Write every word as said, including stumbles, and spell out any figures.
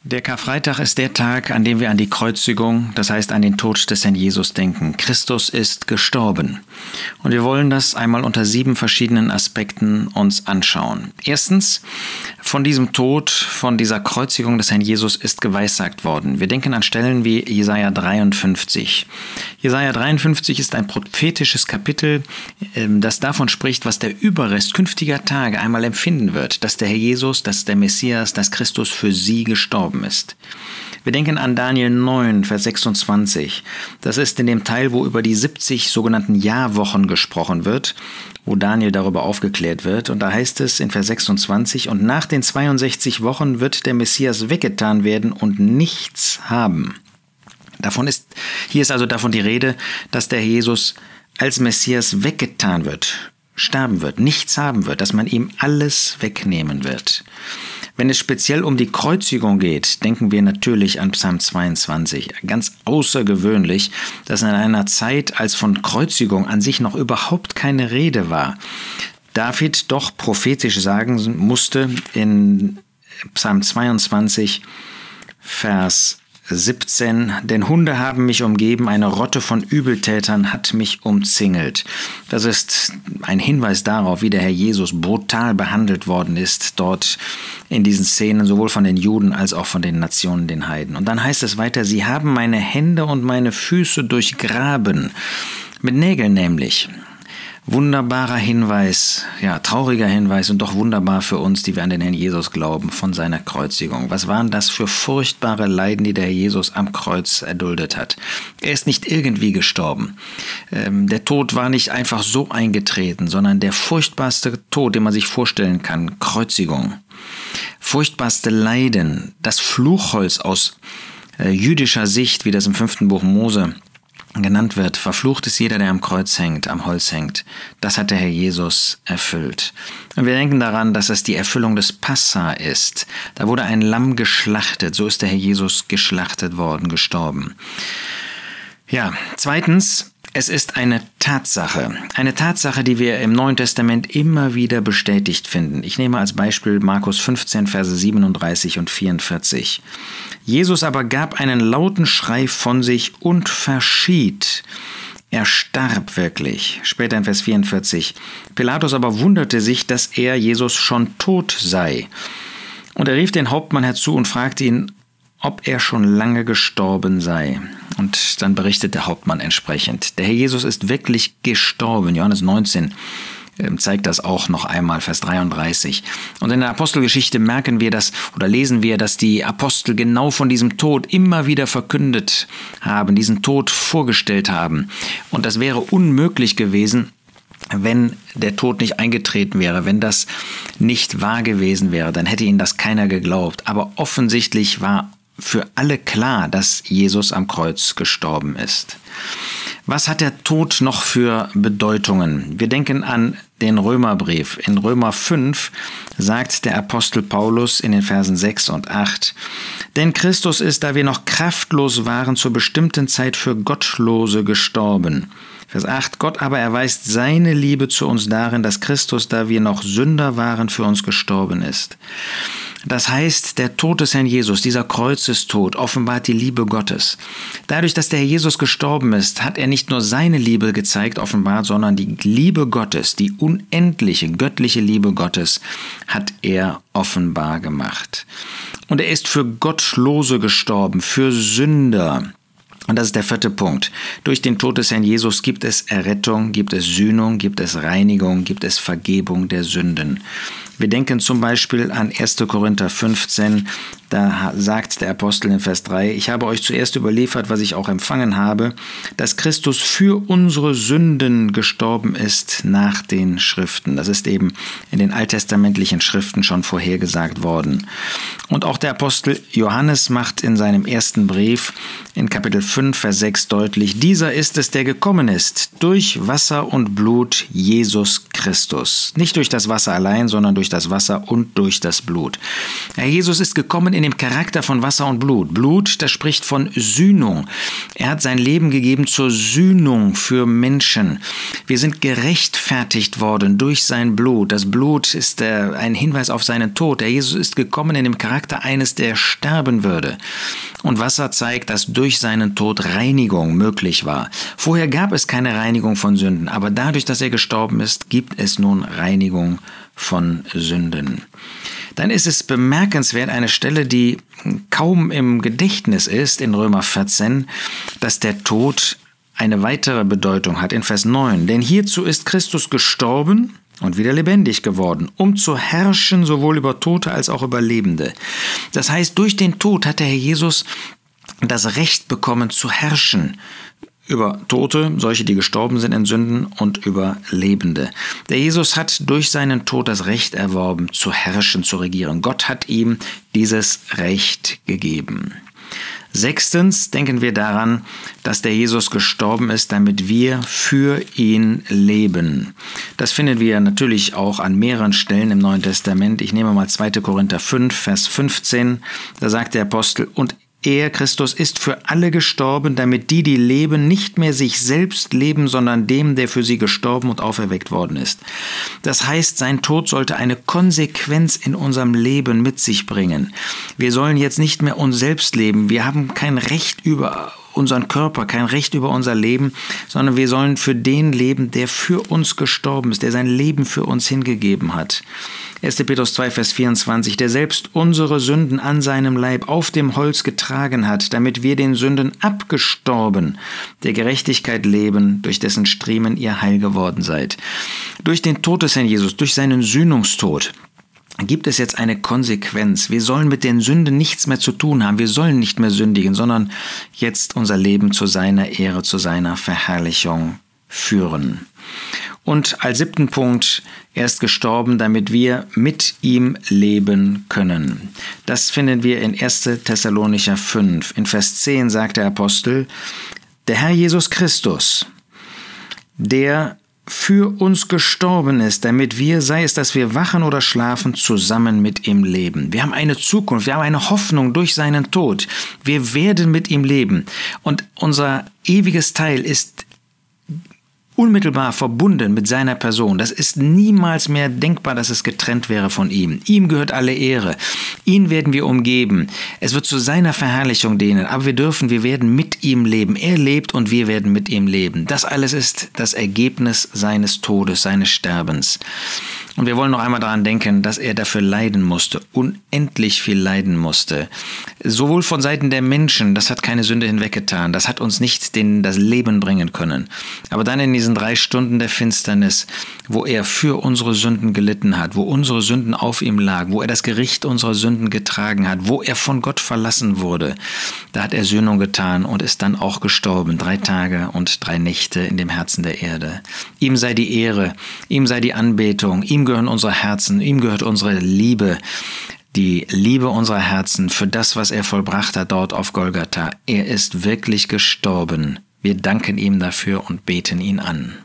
Der Karfreitag ist der Tag, an dem wir an die Kreuzigung, das heißt an den Tod des Herrn Jesus denken. Christus ist gestorben. Und wir wollen das einmal unter sieben verschiedenen Aspekten uns anschauen. Erstens, von diesem Tod, von dieser Kreuzigung des Herrn Jesus ist geweissagt worden. Wir denken an Stellen wie Jesaja dreiundfünfzig. Jesaja dreiundfünfzig ist ein prophetisches Kapitel, das davon spricht, was der Überrest künftiger Tage einmal empfinden wird, dass der Herr Jesus, dass der Messias, dass Christus für sie gestorben ist. Wir denken an Daniel neun, Vers sechsundzwanzig. Das ist in dem Teil, wo über die siebzig sogenannten Jahrwochen gesprochen wird, wo Daniel darüber aufgeklärt wird. Und da heißt es in Vers sechsundzwanzig, und nach den zweiundsechzig Wochen wird der Messias weggetan werden und nichts haben. Davon ist, hier ist also davon die Rede, dass der Jesus als Messias weggetan wird, sterben wird, nichts haben wird, dass man ihm alles wegnehmen wird. Wenn es speziell um die Kreuzigung geht, denken wir natürlich an Psalm zweiundzwanzig. Ganz außergewöhnlich, dass in einer Zeit, als von Kreuzigung an sich noch überhaupt keine Rede war, David doch prophetisch sagen musste in Psalm zweiundzwanzig, Vers siebzehn, denn Hunde haben mich umgeben, eine Rotte von Übeltätern hat mich umzingelt. Das ist ein Hinweis darauf, wie der Herr Jesus brutal behandelt worden ist, dort in diesen Szenen, sowohl von den Juden als auch von den Nationen, den Heiden. Und dann heißt es weiter, sie haben meine Hände und meine Füße durchgraben, mit Nägeln nämlich. Wunderbarer Hinweis, ja, trauriger Hinweis und doch wunderbar für uns, die wir an den Herrn Jesus glauben, von seiner Kreuzigung. Was waren das für furchtbare Leiden, die der Herr Jesus am Kreuz erduldet hat? Er ist nicht irgendwie gestorben. Ähm, der Tod war nicht einfach so eingetreten, sondern der furchtbarste Tod, den man sich vorstellen kann, Kreuzigung. Furchtbarste Leiden, das Fluchholz aus äh, jüdischer Sicht, wie das im fünften Buch Mose genannt wird, verflucht ist jeder, der am Kreuz hängt, am Holz hängt. Das hat der Herr Jesus erfüllt. Und wir denken daran, dass es die Erfüllung des Passa ist. Da wurde ein Lamm geschlachtet, so ist der Herr Jesus geschlachtet worden, gestorben. Ja, zweitens, es ist eine Tatsache. Eine Tatsache, die wir im Neuen Testament immer wieder bestätigt finden. Ich nehme als Beispiel Markus fünfzehn, Verse siebenunddreißig und vierundvierzig. Jesus aber gab einen lauten Schrei von sich und verschied. Er starb wirklich. Später in Vers vierundvierzig. Pilatus aber wunderte sich, dass er, Jesus, schon tot sei. Und er rief den Hauptmann herzu und fragte ihn, ob er schon lange gestorben sei. Und dann berichtet der Hauptmann entsprechend. Der Herr Jesus ist wirklich gestorben. Johannes neunzehn zeigt das auch noch einmal, Vers dreiunddreißig. Und in der Apostelgeschichte merken wir das oder lesen wir, dass die Apostel genau von diesem Tod immer wieder verkündet haben, diesen Tod vorgestellt haben. Und das wäre unmöglich gewesen, wenn der Tod nicht eingetreten wäre, wenn das nicht wahr gewesen wäre, dann hätte ihnen das keiner geglaubt. Aber offensichtlich war für alle klar, dass Jesus am Kreuz gestorben ist. Was hat der Tod noch für Bedeutungen? Wir denken an den Römerbrief. In Römer fünf sagt der Apostel Paulus in den Versen sechs und acht, denn Christus ist, da wir noch kraftlos waren, zur bestimmten Zeit für Gottlose gestorben. Vers acht, Gott aber erweist seine Liebe zu uns darin, dass Christus, da wir noch Sünder waren, für uns gestorben ist. Das heißt, der Tod des Herrn Jesus, dieser Kreuzestod, offenbart die Liebe Gottes. Dadurch, dass der Herr Jesus gestorben ist, hat er nicht nur seine Liebe gezeigt, offenbart, sondern die Liebe Gottes, die unendliche, göttliche Liebe Gottes, hat er offenbar gemacht. Und er ist für Gottlose gestorben, für Sünder. Und das ist der vierte Punkt. Durch den Tod des Herrn Jesus gibt es Errettung, gibt es Sühnung, gibt es Reinigung, gibt es Vergebung der Sünden. Wir denken zum Beispiel an erster Korinther fünfzehn, da sagt der Apostel in Vers drei, ich habe euch zuerst überliefert, was ich auch empfangen habe, dass Christus für unsere Sünden gestorben ist nach den Schriften. Das ist eben in den alttestamentlichen Schriften schon vorhergesagt worden. Und auch der Apostel Johannes macht in seinem ersten Brief in Kapitel fünf, Vers sechs deutlich, dieser ist es, der gekommen ist, durch Wasser und Blut, Jesus Christus. Christus. Nicht durch das Wasser allein, sondern durch das Wasser und durch das Blut. Herr Jesus ist gekommen in dem Charakter von Wasser und Blut. Blut, das spricht von Sühnung. Er hat sein Leben gegeben zur Sühnung für Menschen. Wir sind gerechtfertigt worden durch sein Blut. Das Blut ist äh, ein Hinweis auf seinen Tod. Der Jesus ist gekommen in dem Charakter eines, der sterben würde. Und Wasser zeigt, dass durch seinen Tod Reinigung möglich war. Vorher gab es keine Reinigung von Sünden, aber dadurch, dass er gestorben ist, gibt es nun Reinigung von Sünden. Dann ist es bemerkenswert, eine Stelle, die kaum im Gedächtnis ist, in Römer vierzehn, dass der Tod eine weitere Bedeutung hat in Vers neun. Denn hierzu ist Christus gestorben und wieder lebendig geworden, um zu herrschen sowohl über Tote als auch über Lebende. Das heißt, durch den Tod hat der Herr Jesus das Recht bekommen zu herrschen über Tote, solche, die gestorben sind in Sünden, und über Lebende. Der Jesus hat durch seinen Tod das Recht erworben, zu herrschen, zu regieren. Gott hat ihm dieses Recht gegeben. Sechstens denken wir daran, dass der Jesus gestorben ist, damit wir für ihn leben. Das finden wir natürlich auch an mehreren Stellen im Neuen Testament. Ich nehme mal zweiter Korinther fünf, Vers fünfzehn. Da sagt der Apostel: Und er, Christus, ist für alle gestorben, damit die, die leben, nicht mehr sich selbst leben, sondern dem, der für sie gestorben und auferweckt worden ist. Das heißt, sein Tod sollte eine Konsequenz in unserem Leben mit sich bringen. Wir sollen jetzt nicht mehr uns selbst leben. Wir haben kein Recht über unseren Körper, kein Recht über unser Leben, sondern wir sollen für den leben, der für uns gestorben ist, der sein Leben für uns hingegeben hat. erster Petrus zwei, Vers vierundzwanzig, der selbst unsere Sünden an seinem Leib auf dem Holz getragen hat, damit wir den Sünden abgestorben, der Gerechtigkeit leben, durch dessen Striemen ihr heil geworden seid. Durch den Tod des Herrn Jesus, durch seinen Sühnungstod, gibt es jetzt eine Konsequenz. Wir sollen mit den Sünden nichts mehr zu tun haben. Wir sollen nicht mehr sündigen, sondern jetzt unser Leben zu seiner Ehre, zu seiner Verherrlichung führen. Und als siebten Punkt, er ist gestorben, damit wir mit ihm leben können. Das finden wir in erster Thessalonicher fünf. In Vers zehn sagt der Apostel: Der Herr Jesus Christus, der für uns gestorben ist, damit wir, sei es, dass wir wachen oder schlafen, zusammen mit ihm leben. Wir haben eine Zukunft, wir haben eine Hoffnung durch seinen Tod. Wir werden mit ihm leben. Und unser ewiges Teil ist unmittelbar verbunden mit seiner Person. Das ist niemals mehr denkbar, dass es getrennt wäre von ihm. Ihm gehört alle Ehre. Ihn werden wir umgeben. Es wird zu seiner Verherrlichung dienen. Aber wir dürfen, wir werden mit ihm leben. Er lebt und wir werden mit ihm leben. Das alles ist das Ergebnis seines Todes, seines Sterbens. Und wir wollen noch einmal daran denken, dass er dafür leiden musste, unendlich viel leiden musste. Sowohl von Seiten der Menschen, das hat keine Sünde hinweggetan, das hat uns nicht den, das Leben bringen können. Aber dann in diesen drei Stunden der Finsternis, wo er für unsere Sünden gelitten hat, wo unsere Sünden auf ihm lagen, wo er das Gericht unserer Sünden getragen hat, wo er von Gott verlassen wurde, da hat er Sühnung getan und ist dann auch gestorben, drei Tage und drei Nächte in dem Herzen der Erde. Ihm sei die Ehre, ihm sei die Anbetung, ihm gehören unsere Herzen, ihm gehört unsere Liebe, die Liebe unserer Herzen für das, was er vollbracht hat dort auf Golgatha. Er ist wirklich gestorben. Wir danken ihm dafür und beten ihn an.